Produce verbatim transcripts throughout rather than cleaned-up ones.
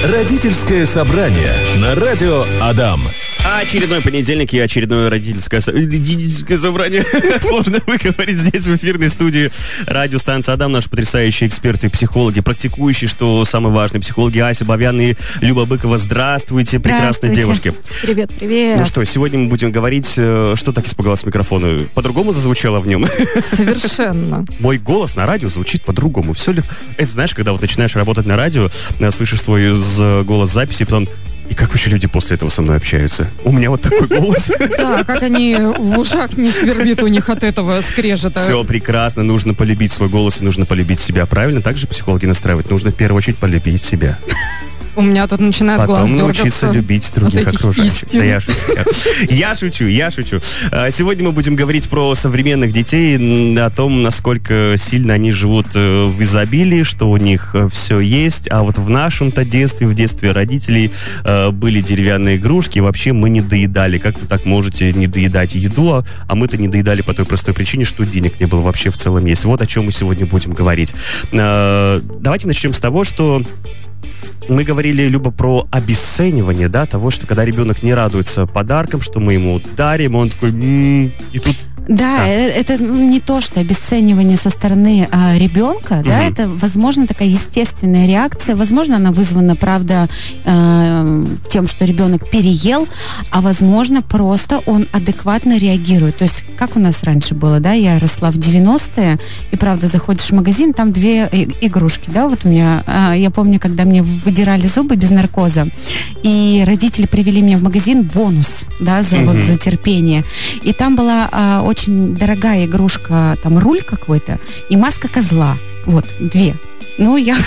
Родительское собрание на радио Адам. Очередной понедельник и очередное родительское, со... родительское собрание. Сложно выговорить здесь в эфирной студии радиостанции Адам. Наши потрясающие эксперты, психологи, практикующие, что самое важное, психологи Ася Бабьян и Люба Быкова. Здравствуйте, прекрасные девушки. Привет, привет. Ну что, сегодня мы будем говорить, что так испугалось микрофона. По-другому зазвучало в нем? Совершенно. Мой голос на радио звучит по-другому. Все ли... Это знаешь, когда вот начинаешь работать на радио, слышишь свой голос записи, и потом... И как вообще люди после этого со мной общаются? У меня вот такой голос. Да, как они в ушах не свербит у них от этого скрежета. Все прекрасно, нужно полюбить свой голос и нужно полюбить себя. Правильно? Также психологи настраивают. Нужно в первую очередь полюбить себя. У меня тут начинает Потом глаз дергаться. научиться любить других окружающих. Да, я шучу. Я шучу, я шучу. Сегодня мы будем говорить про современных детей, о том, насколько сильно они живут в изобилии, что у них все есть. А вот в нашем-то детстве, в детстве родителей были деревянные игрушки, и вообще мы не доедали. Как вы так можете не доедать еду, а мы-то не доедали по той простой причине, что денег не было вообще в целом есть. Вот о чем мы сегодня будем говорить. Давайте начнем с того, что мы говорили, Люба, про обесценивание, да, того, что когда ребенок не радуется подаркам, что мы ему дарим, он такой, м-м", и тут... Да, а. это не то, что обесценивание со стороны а, ребенка, угу. да, это, возможно, такая естественная реакция, возможно, она вызвана, правда, э, тем, что ребенок переел, а, возможно, просто он адекватно реагирует. То есть, как у нас раньше было, да, я росла в девяностые, и, правда, заходишь в магазин, там две игрушки, да, вот у меня, э, я помню, когда мне выдирали зубы без наркоза, и родители привели меня в магазин, бонус, да, за, угу. вот, за терпение, и там была э, очень очень дорогая игрушка, там руль какой-то и маска козла. Вот, две. Ну, я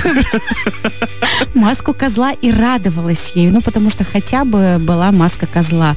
маску козла и радовалась ею, ну, потому что хотя бы была маска козла.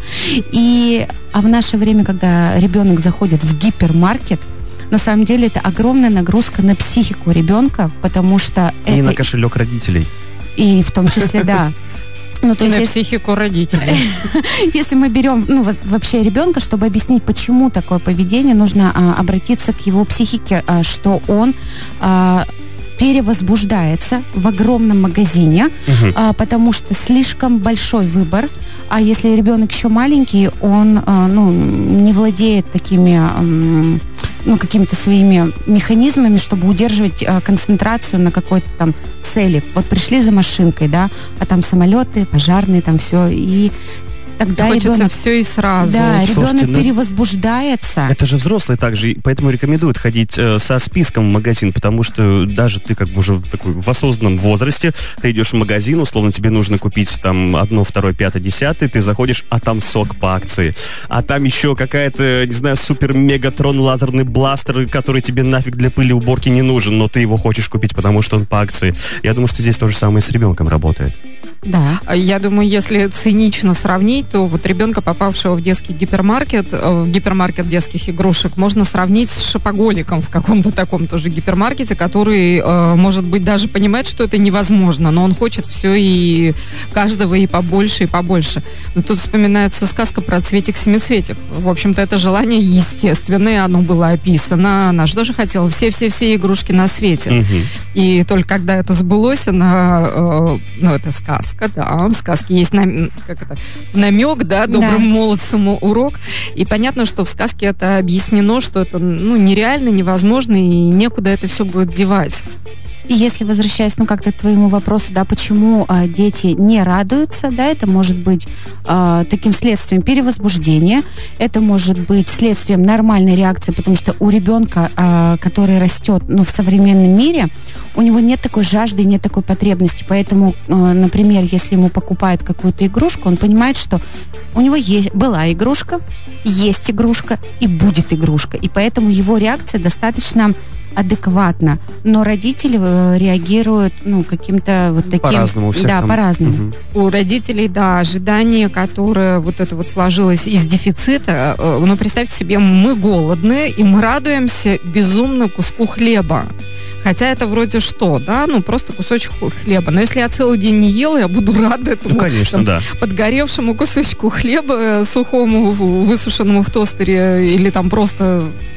И, а в наше время, когда ребенок заходит в гипермаркет, на самом деле это огромная нагрузка на психику ребенка, потому что... И это... на кошелек родителей. И в том числе, да. Ну, то есть, на психику родителей. Если мы берем, ну, вот, вообще ребенка, чтобы объяснить, почему такое поведение, нужно а, обратиться к его психике, а, что он а, перевозбуждается в огромном магазине, угу. а, потому что слишком большой выбор, а если ребенок еще маленький, он а, ну, не владеет такими... А, ну, какими-то своими механизмами, чтобы удерживать а, концентрацию на какой-то там цели. Вот пришли за машинкой, да, а там самолеты, пожарные, там все, и тогда хочется ребенок... все и сразу. Да, Слушайте, ребенок ну, перевозбуждается. Это же взрослые также, поэтому рекомендуют ходить э, со списком в магазин, потому что даже ты как бы уже в, такой, в осознанном возрасте, ты идешь в магазин, условно, тебе нужно купить там одно, второе, пятое, десятое, ты заходишь, а там сок по акции, а там еще какая-то, не знаю, супер-мегатрон лазерный бластер, который тебе нафиг для пыли уборки не нужен, но ты его хочешь купить, потому что он по акции. Я думаю, что здесь то же самое с ребенком работает. Да. Я думаю, если цинично сравнить, то вот ребенка, попавшего в детский гипермаркет, в гипермаркет детских игрушек, можно сравнить с шопоголиком в каком-то таком тоже гипермаркете, который, может быть, даже понимает, что это невозможно, но он хочет все и каждого и побольше, и побольше. Но тут вспоминается сказка про цветик-семицветик. В общем-то, это желание естественное, оно было описано. Она же тоже хотела все-все-все игрушки на свете. Угу. И только когда это сбылось, она, ну, это сказка. Да, в сказке есть нам, как это, намек, да, доброму да. молодцу урок. И понятно, что в сказке это объяснено, что это ну, нереально, невозможно, и некуда это все будет девать. И если, возвращаясь, ну, как-то к твоему вопросу, да, почему а, дети не радуются, да, это может быть а, таким следствием перевозбуждения, это может быть следствием нормальной реакции, потому что у ребенка, а, который растет, ну, в современном мире, у него нет такой жажды, нет такой потребности, поэтому, а, например, если ему покупают какую-то игрушку, он понимает, что у него есть, была игрушка, есть игрушка и будет игрушка, и поэтому его реакция достаточно адекватно, но родители реагируют, ну, каким-то вот таким... По-разному у всех. Да, там. по-разному. Угу. У родителей, да, ожидание, которое вот это вот сложилось из дефицита. Ну, представьте себе, мы голодные, и мы радуемся безумно куску хлеба. Хотя это вроде что, да, ну просто кусочек хлеба. Но если я целый день не ела, я буду рада этому, ну, конечно, там, да. подгоревшему кусочку хлеба, сухому, высушенному в тостере, или там просто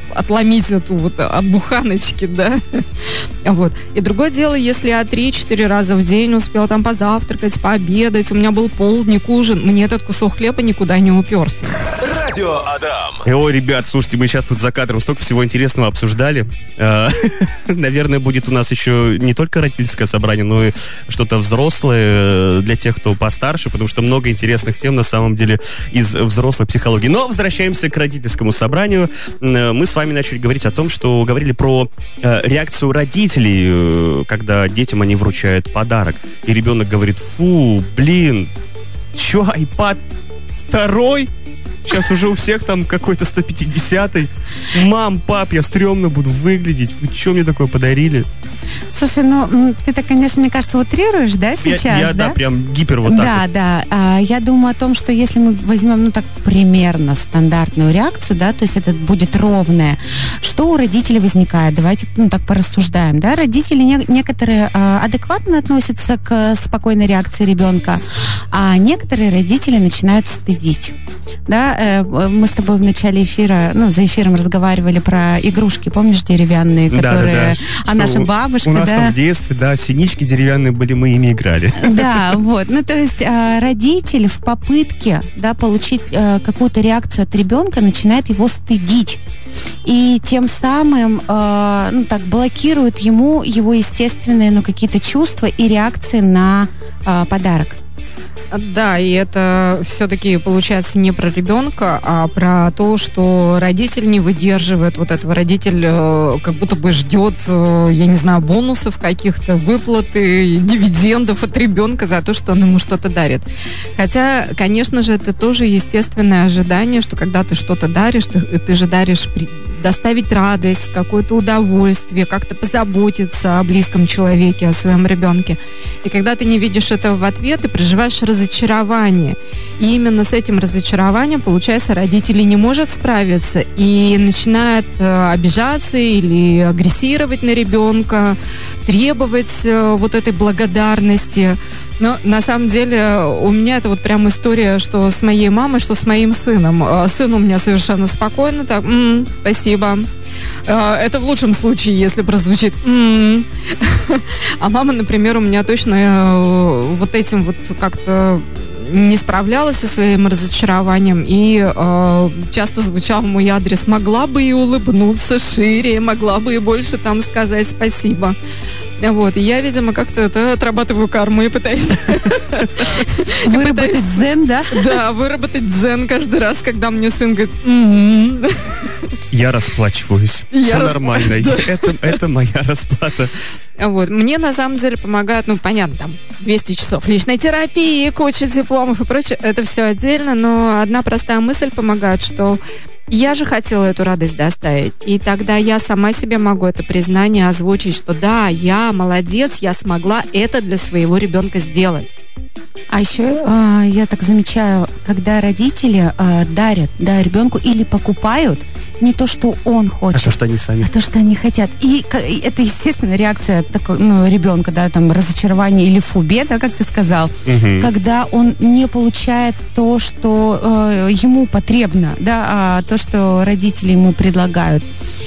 отломить эту вот от буханочки, да. Вот. И другое дело, если я три-четыре раза в день успела там позавтракать, пообедать, у меня был полдник, ужин, мне этот кусок хлеба никуда не уперся. Радио Адам. Ой, ребят, слушайте, мы сейчас тут за кадром столько всего интересного обсуждали. Наверное, будет у нас еще не только родительское собрание, но и что-то взрослое для тех, кто постарше, потому что много интересных тем на самом деле из взрослой психологии. Но возвращаемся к родительскому собранию. Мы с вами начали говорить о том, что говорили про реакцию родителей, когда детям они вручают подарок. И ребенок говорит: фу, блин, чё, айпад второй? Сейчас уже у всех там какой-то сто пятидесятый. Мам, пап, я стрёмно буду выглядеть. Вы что мне такое подарили? Слушай, ну, ты-то, конечно, мне кажется, утрируешь, да, сейчас, я, я, да? да, прям гипер вот так Да, вот. да. А, я думаю о том, что если мы возьмем, ну, так, примерно стандартную реакцию, да, то есть это будет ровное, что у родителей возникает? Давайте, ну, так порассуждаем, да? Родители не, некоторые а, адекватно относятся к спокойной реакции ребенка, а некоторые родители начинают стыдить. Да, э, мы с тобой в начале эфира, ну, за эфиром разговаривали про игрушки, помнишь, деревянные, которые... Да, да, да. А что наша бабушка, у нас да... там в детстве, да, синички деревянные были, мы ими играли. Да, вот. Ну, то есть э, родитель в попытке, да, получить э, какую-то реакцию от ребенка начинает его стыдить. И тем самым, э, ну, так, блокирует ему его естественные, ну, какие-то чувства и реакции на э, подарок. Да, и это все-таки получается не про ребенка, а про то, что родитель не выдерживает вот этого. Родитель э, как будто бы ждет, э, я не знаю, бонусов каких-то, выплаты, дивидендов от ребенка за то, что он ему что-то дарит. Хотя, конечно же, это тоже естественное ожидание, что когда ты что-то даришь, ты, ты же даришь при... доставить радость, какое-то удовольствие, как-то позаботиться о близком человеке, о своем ребенке. И когда ты не видишь этого в ответ, ты проживаешь разочарование. И именно с этим разочарованием, получается, родители не может справиться и начинают э, обижаться или агрессировать на ребенка, требовать э, вот этой благодарности. Но на самом деле у меня это вот прям история, что с моей мамой, что с моим сыном. Сын у меня совершенно спокойно так: м-м, спасибо. Это в лучшем случае, если прозвучит м-м. А мама, например, у меня точно вот этим вот как-то не справлялась со своим разочарованием и э, часто звучал в мой адрес: могла бы и улыбнуться шире, могла бы и больше там сказать спасибо. Вот, и я, видимо, как-то это отрабатываю карму и пытаюсь... Выработать дзен, да? Да, выработать дзен каждый раз, когда мне сын говорит: я расплачиваюсь. Все нормально. Это моя расплата. Вот. Мне на самом деле помогает, ну, понятно, там двести часов личной терапии, куча дипломов и прочее. Это все отдельно, но одна простая мысль помогает, что я же хотела эту радость доставить. И тогда я сама себе могу это признание озвучить, что да, я молодец, я смогла это для своего ребенка сделать. А еще э, я так замечаю, когда родители э, дарят, да, ребенку или покупают не то, что он хочет, а то, что они сами, а то, что они хотят. И это естественная реакция такой, ну, ребенка, да, там, разочарование или фобия, да, как ты сказал, угу. Когда он не получает то, что э, ему потребно, да, а то, что родители ему предлагают.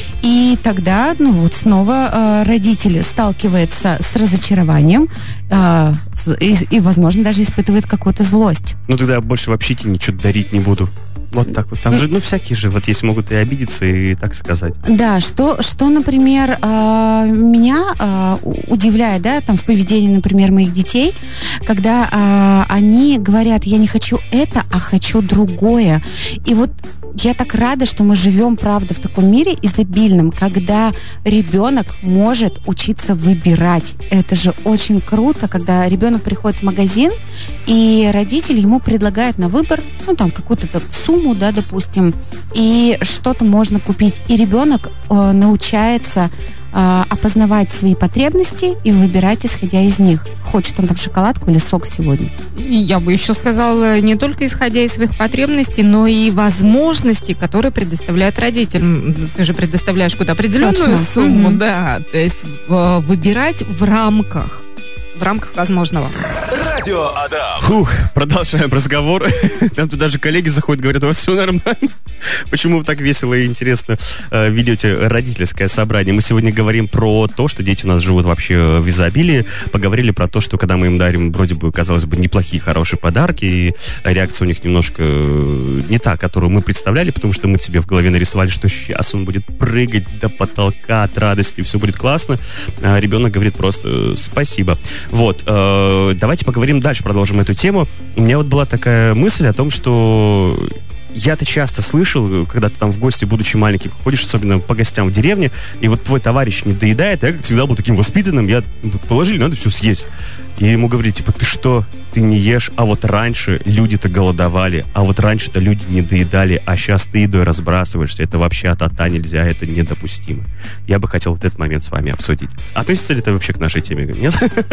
И тогда, ну, вот снова э, родитель сталкивается с разочарованием э, с, и, и, возможно, даже испытывает какую-то злость. Ну, тогда я больше вообще ничего дарить не буду. Вот так вот. Там же, ну, всякие же вот есть, могут и обидеться, и так сказать. Да, что, что например, э, меня э, удивляет, да, там, в поведении, например, моих детей, когда э, они говорят: я не хочу это, а хочу другое. И вот я так рада, что мы живем, правда, в таком мире изобильном, когда ребенок может учиться выбирать. Это же очень круто, когда ребенок приходит в магазин, и родители ему предлагают на выбор, ну, там, какую-то сумму, да, допустим, и что-то можно купить. И ребенок э, научается э, опознавать свои потребности и выбирать, исходя из них. Хочет он там шоколадку или сок сегодня. Я бы еще сказала, не только исходя из своих потребностей, но и возможностей, которые предоставляет родитель. Ты же предоставляешь какую-то определенную Точно. сумму, mm-hmm. да. То есть э, выбирать в рамках, в рамках возможного. Радио Адам. Фух, продолжаем разговор. Там тут даже коллеги заходят, говорят, у вас все нормально. Почему вы так весело и интересно э, ведете родительское собрание? Мы сегодня говорим про то, что дети у нас живут вообще в изобилии. Поговорили про то, что когда мы им дарим вроде бы, казалось бы, неплохие, хорошие подарки, и реакция у них немножко не та, которую мы представляли, потому что мы себе в голове нарисовали, что сейчас он будет прыгать до потолка от радости, все будет классно. А ребенок говорит просто спасибо. Вот, э, давайте поговорим дальше, продолжим эту тему. У меня вот была такая мысль о том, что я-то часто слышал, когда ты там в гости, будучи маленьким, ходишь, особенно по гостям в деревне, и вот твой товарищ не доедает, а я как всегда был таким воспитанным, я положили, надо все съесть. И ему говорили, типа, ты что, ты не ешь, а вот раньше люди-то голодовали, а вот раньше-то люди не доедали, а сейчас ты едой разбрасываешься, это вообще от-ата нельзя, это недопустимо. Я бы хотел вот этот момент с вами обсудить. Относится ли это вообще к нашей теме, нет?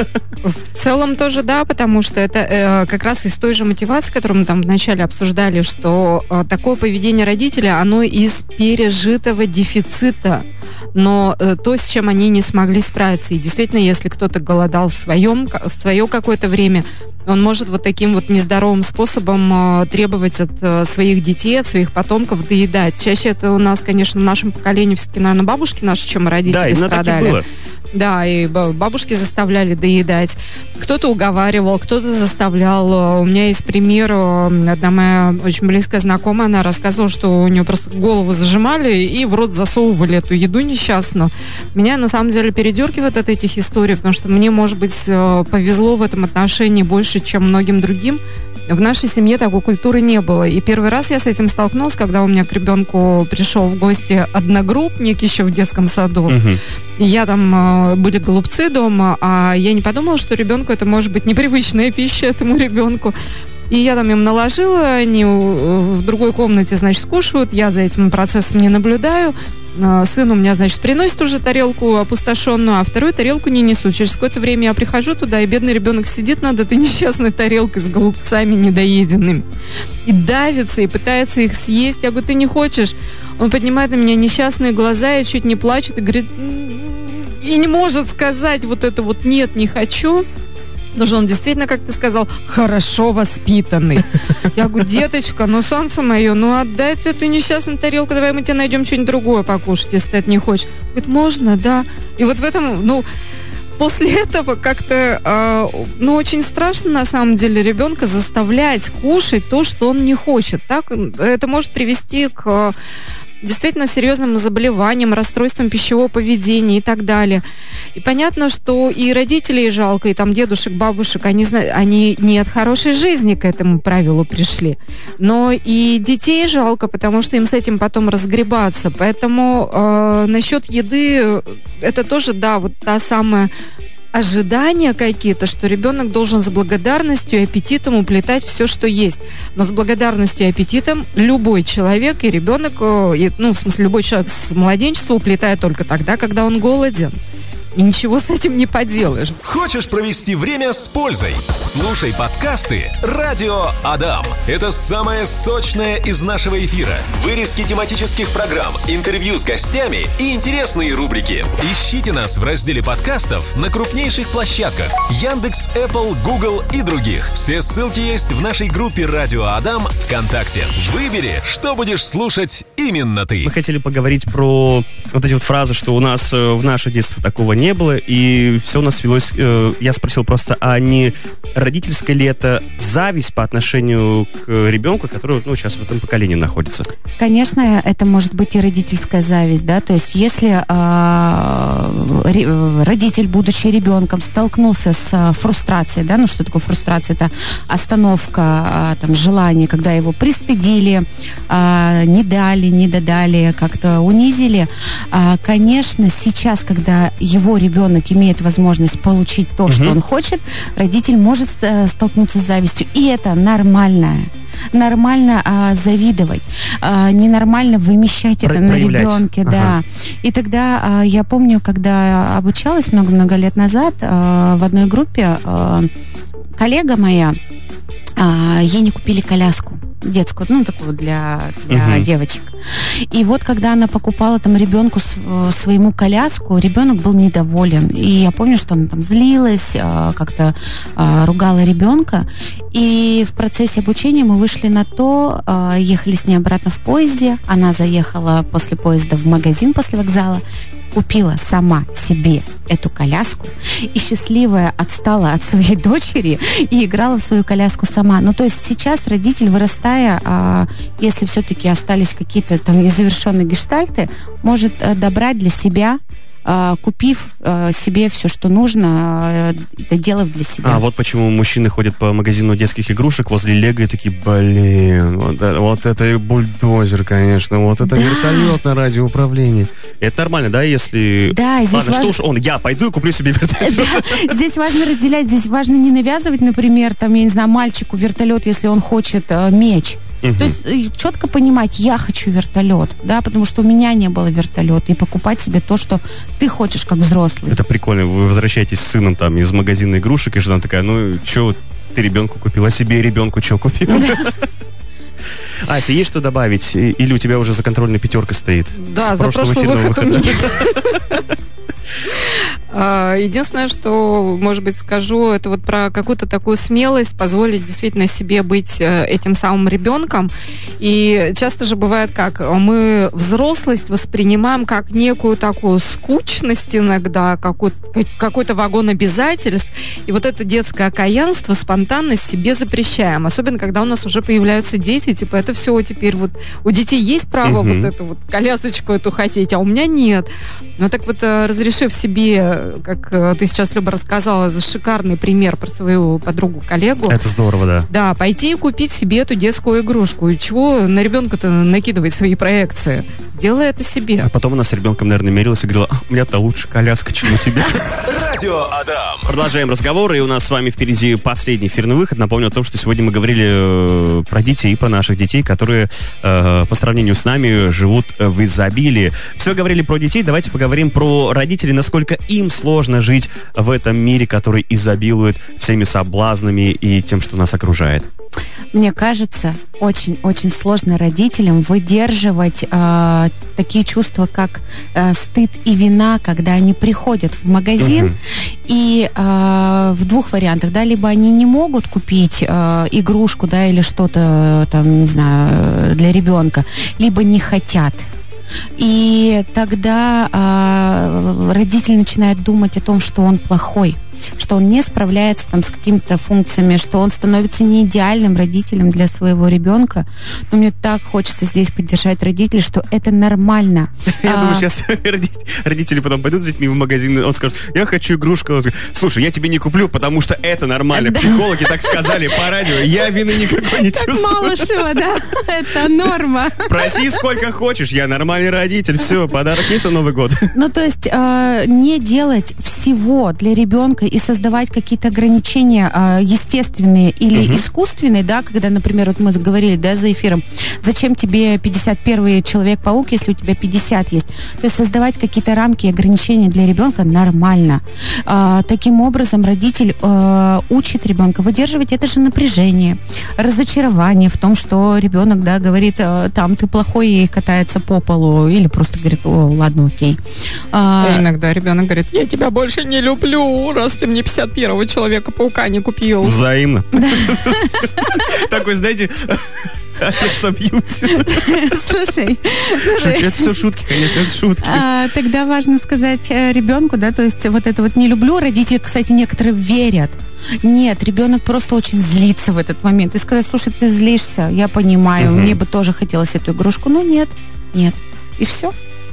В целом тоже да, потому что это э, как раз из той же мотивации, которую мы там вначале обсуждали, что э, такое поведение родителя, оно из пережитого дефицита, но э, то, с чем они не смогли справиться. И действительно, если кто-то голодал в своем, в свое какое-то время, он может вот таким вот нездоровым способом э, требовать от э, своих детей, от своих потомков доедать. Чаще это у нас, конечно, в нашем поколении все-таки, наверное, бабушки наши, чем родители, да, страдали. Так и было. Да, и бабушки заставляли доедать. Кто-то уговаривал, кто-то заставлял. У меня есть пример. Одна моя очень близкая знакомая, она рассказывала, что у нее просто голову зажимали и в рот засовывали эту еду несчастную. Меня, на самом деле, передергивает от этих историй, потому что мне, может быть, повезло в этом отношении больше, чем многим другим. В нашей семье такой культуры не было. И первый раз я с этим столкнулась, когда у меня к ребенку пришел в гости одногруппник еще в детском саду. Угу. И я там, были голубцы дома, а я не подумала, что ребенку это может быть непривычная пища этому ребенку. И я там им наложила, они в другой комнате, значит, скушают, я за этим процессом не наблюдаю. Сын у меня, значит, приносит уже тарелку опустошенную, а вторую тарелку не несу. Через какое-то время я прихожу туда, и бедный ребенок сидит над этой несчастной тарелкой с голубцами недоеденными. И давится, и пытается их съесть. Я говорю, ты не хочешь? Он поднимает на меня несчастные глаза и чуть не плачет, и говорит, и не может сказать вот это вот «нет, не хочу». Потому что он действительно, как ты сказал, хорошо воспитанный. Я говорю, деточка, ну солнце мое, ну отдай эту несчастную тарелку, давай мы тебе найдем что-нибудь другое покушать, если ты это не хочешь. Говорит, можно, да. И вот в этом, ну, после этого как-то, э, ну, очень страшно, на самом деле, ребенка заставлять кушать то, что он не хочет. Так, это может привести к действительно серьезным заболеваниям, расстройствам пищевого поведения и так далее. И понятно, что и родителей жалко, и там дедушек, бабушек, они, они не от хорошей жизни к этому правилу пришли. Но и детей жалко, потому что им с этим потом разгребаться. Поэтому э, насчет еды, это тоже, да, вот та самая ожидания какие-то, что ребенок должен с благодарностью и аппетитом уплетать все, что есть. Но с благодарностью и аппетитом любой человек и ребенок, и, ну, в смысле, любой человек с младенчества уплетает только тогда, когда он голоден. И ничего с этим не поделаешь. Хочешь провести время с пользой? Слушай подкасты «Радио Адам». Это самое сочное из нашего эфира. Вырезки тематических программ, интервью с гостями и интересные рубрики. Ищите нас в разделе подкастов на крупнейших площадках Яндекс, Apple, Google и других. Все ссылки есть в нашей группе «Радио Адам» ВКонтакте. Выбери, что будешь слушать именно ты. Мы хотели поговорить про вот эти вот фразы, что у нас в наше детство такого не было, и все у нас свелось... Э, я спросил просто, а не родительская ли это зависть по отношению к ребенку, который, ну, сейчас в этом поколении находится? Конечно, это может быть и родительская зависть, да, то есть если э, родитель, будучи ребенком, столкнулся с фрустрацией, да, ну, что такое фрустрация? Это остановка, э, там, желания, когда его пристыдили, э, не дали, не додали, как-то унизили. Э, конечно, сейчас, когда его ребенок имеет возможность получить то, угу. что он хочет, родитель может э, столкнуться с завистью. И это нормально. Нормально а, завидовать, а, ненормально вымещать Про- это на ребенке, ага. да. И тогда а, я помню, когда обучалась много-много лет назад а, в одной группе, а, коллега моя, а, ей не купили коляску детскую, ну, такую для, для uh-huh. девочек. И вот когда она покупала там ребенку своему коляску, ребенок был недоволен. И я помню, что она там злилась, как-то ругала ребенка. И в процессе обучения мы вышли на то, ехали с ней обратно в поезде. Она заехала после поезда в магазин после вокзала, купила сама себе эту коляску и счастливая отстала от своей дочери и играла в свою коляску сама. Ну, то есть сейчас родитель, вырастая, а, если все-таки остались какие-то там незавершенные гештальты, может а, добрать для себя, а, купив а, себе все, что нужно, а, доделав для себя. А вот почему мужчины ходят по магазину детских игрушек возле Лего и такие, блин, вот, вот это и бульдозер, конечно, вот это да. Вертолет на радиоуправлении. Это нормально, да, если... Да, здесь Ладно, важно... что уж он, я пойду и куплю себе вертолет. Да, здесь важно разделять, здесь важно не навязывать, например, там, я не знаю, мальчику вертолет, если он хочет э, меч. Угу. То есть четко понимать, я хочу вертолет, да, потому что у меня не было вертолета, и покупать себе то, что ты хочешь, как взрослый. Это прикольно. Вы возвращаетесь с сыном там из магазина игрушек, и жена такая, ну, что ты ребенку купила, себе ребенку что купила? Ася, есть что добавить? Или у тебя уже за контрольной пятерка стоит? Да, за прошлый выход у меня. Единственное, что, может быть, скажу, это вот про какую-то такую смелость, позволить действительно себе быть этим самым ребенком. И часто же бывает как, мы взрослость воспринимаем как некую такую скучность иногда, какой-то, какой-то вагон обязательств. И вот это детское окаянство, спонтанность себе запрещаем. Особенно, когда у нас уже появляются дети, типа, это все теперь вот... У детей есть право угу. вот эту вот колясочку эту хотеть, а у меня нет. Ну так вот, разрешив себе, как ты сейчас, Люба, рассказала, за шикарный пример про свою подругу-коллегу. Это здорово, да. Да, пойти и купить себе эту детскую игрушку. И чего на ребенка-то накидывать свои проекции? Сделай это себе. А потом она с ребенком, наверное, мерилась и говорила, а, у меня-то лучше коляска, чем у тебя. Радио Адам. Продолжаем разговор, и у нас с вами впереди последний эфирный выход. Напомню о том, что сегодня мы говорили про детей, про наших детей, которые э, по сравнению с нами живут в изобилии. Все говорили про детей, давайте поговорим про родителей, насколько им сложно жить в этом мире, который изобилует всеми соблазнами и тем, что нас окружает. Мне кажется, очень-очень сложно родителям выдерживать э, такие чувства, как э, стыд и вина, когда они приходят в магазин, угу. и э, в двух вариантах, да, либо они не могут купить э, игрушку, да, или что-то там, не знаю, для ребенка, либо не хотят. И тогда э, родитель начинает думать о том, что он плохой, что он не справляется там с какими-то функциями, что он становится не идеальным родителем для своего ребенка. Но мне так хочется здесь поддержать родителей, что это нормально. Я а... думаю, сейчас родители потом пойдут с детьми в магазин, он скажет, я хочу игрушку. Он скажет, слушай, я тебе не куплю, потому что это нормально. Психологи так сказали по радио, я вины никакой не чувствую. Как Малышева, да? Это норма. Проси сколько хочешь, я нормальный родитель. Все, подарок есть на Новый год. Ну, то есть не делать всего для ребенка и создавать какие-то ограничения э, естественные или угу. искусственные, да, когда, например, вот мы говорили, да, за эфиром, зачем тебе пятьдесят первый Человек-паук, если у тебя пятьдесят есть. То есть создавать какие-то рамки и ограничения для ребенка нормально. Э, таким образом родитель э, учит ребенка выдерживать это же напряжение, разочарование в том, что ребенок, да, говорит, э, там, ты плохой и катается по полу, или просто говорит, о, ладно, окей. А, иногда ребенок говорит, я тебя больше не люблю, раз ты мне пятьдесят первого Человека-паука не купил. Взаимно. Такой, знаете, отец абьюзер. Слушай. Это все шутки, конечно, это шутки. Тогда важно сказать ребенку, да, то есть вот это вот не люблю. Родители, кстати, некоторые верят. Нет, ребенок просто очень злится в этот момент. И сказать, слушай, ты злишься, я понимаю, мне бы тоже хотелось эту игрушку. Ну нет, нет. И все.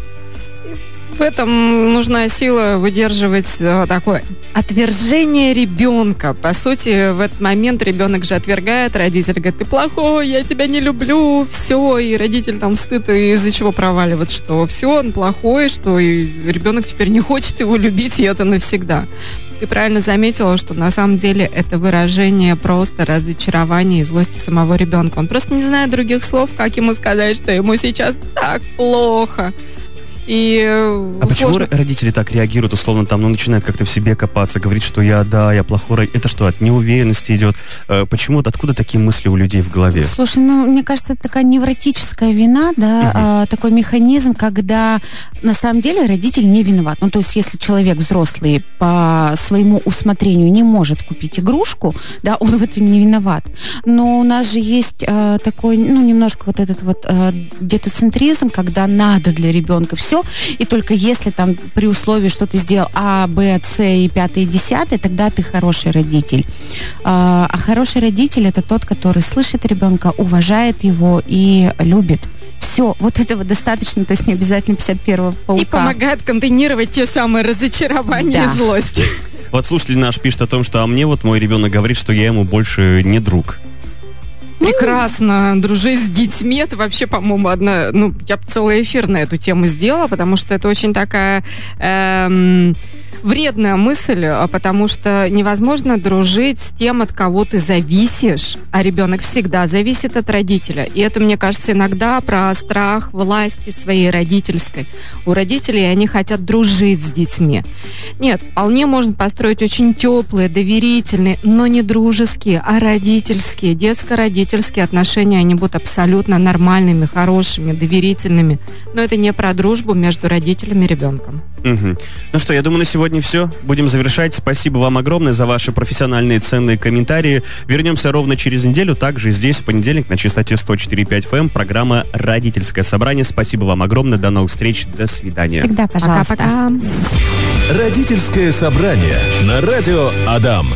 В этом нужна сила выдерживать такое отвержение ребенка. По сути, в этот момент ребенок же отвергает, родитель говорит, ты плохой, я тебя не люблю, все, и родитель там стыд, из-за чего проваливает, что все, он плохой, что и ребенок теперь не хочет его любить, и это навсегда. Ты правильно заметила, что на самом деле это выражение просто разочарования и злости самого ребенка. Он просто не знает других слов, как ему сказать, что ему сейчас так плохо. И а сложно... почему родители так реагируют, условно, там, ну, начинают как-то в себе копаться, говорить, что я, да, я плохой родитель. Это что, от неуверенности идет? Почему, откуда такие мысли у людей в голове? Слушай, ну, мне кажется, это такая невротическая вина, да, угу. а, такой механизм, когда на самом деле родитель не виноват. Ну, то есть, если человек взрослый по своему усмотрению не может купить игрушку, да, он в этом не виноват. Но у нас же есть а, такой, ну, немножко вот этот вот а, детоцентризм, когда надо для ребенка все, и только если там при условии, что ты сделал А, Б, С и пятое, и десятое, тогда ты хороший родитель. А, а хороший родитель — это тот, который слышит ребенка, уважает его и любит. Все, вот этого достаточно, то есть не обязательно пятьдесят первого паука. И помогает контейнировать те самые разочарования да. и злость. Вот слушатель наш пишет о том, что а мне вот мой ребенок говорит, что я ему больше не друг. Прекрасно дружить с детьми. Это вообще, по-моему, одна... Ну, я бы целый эфир на эту тему сделала, потому что это очень такая... Эм... вредная мысль, потому что невозможно дружить с тем, от кого ты зависишь, а ребенок всегда зависит от родителя. И это, мне кажется, иногда про страх власти своей родительской. У родителей они хотят дружить с детьми. Нет, вполне можно построить очень теплые, доверительные, но не дружеские, а родительские, детско-родительские отношения. Они будут абсолютно нормальными, хорошими, доверительными. Но это не про дружбу между родителями и ребенком. Угу. Ну что, я думаю, на сегодня все. Будем завершать. Спасибо вам огромное за ваши профессиональные ценные комментарии. Вернемся ровно через неделю. Также здесь в понедельник на частоте сто четыре и пять эф эм программа «Родительское собрание». Спасибо вам огромное. До новых встреч. До свидания. Всегда, пожалуйста. Пока-пока. «Родительское собрание» на радио Адам.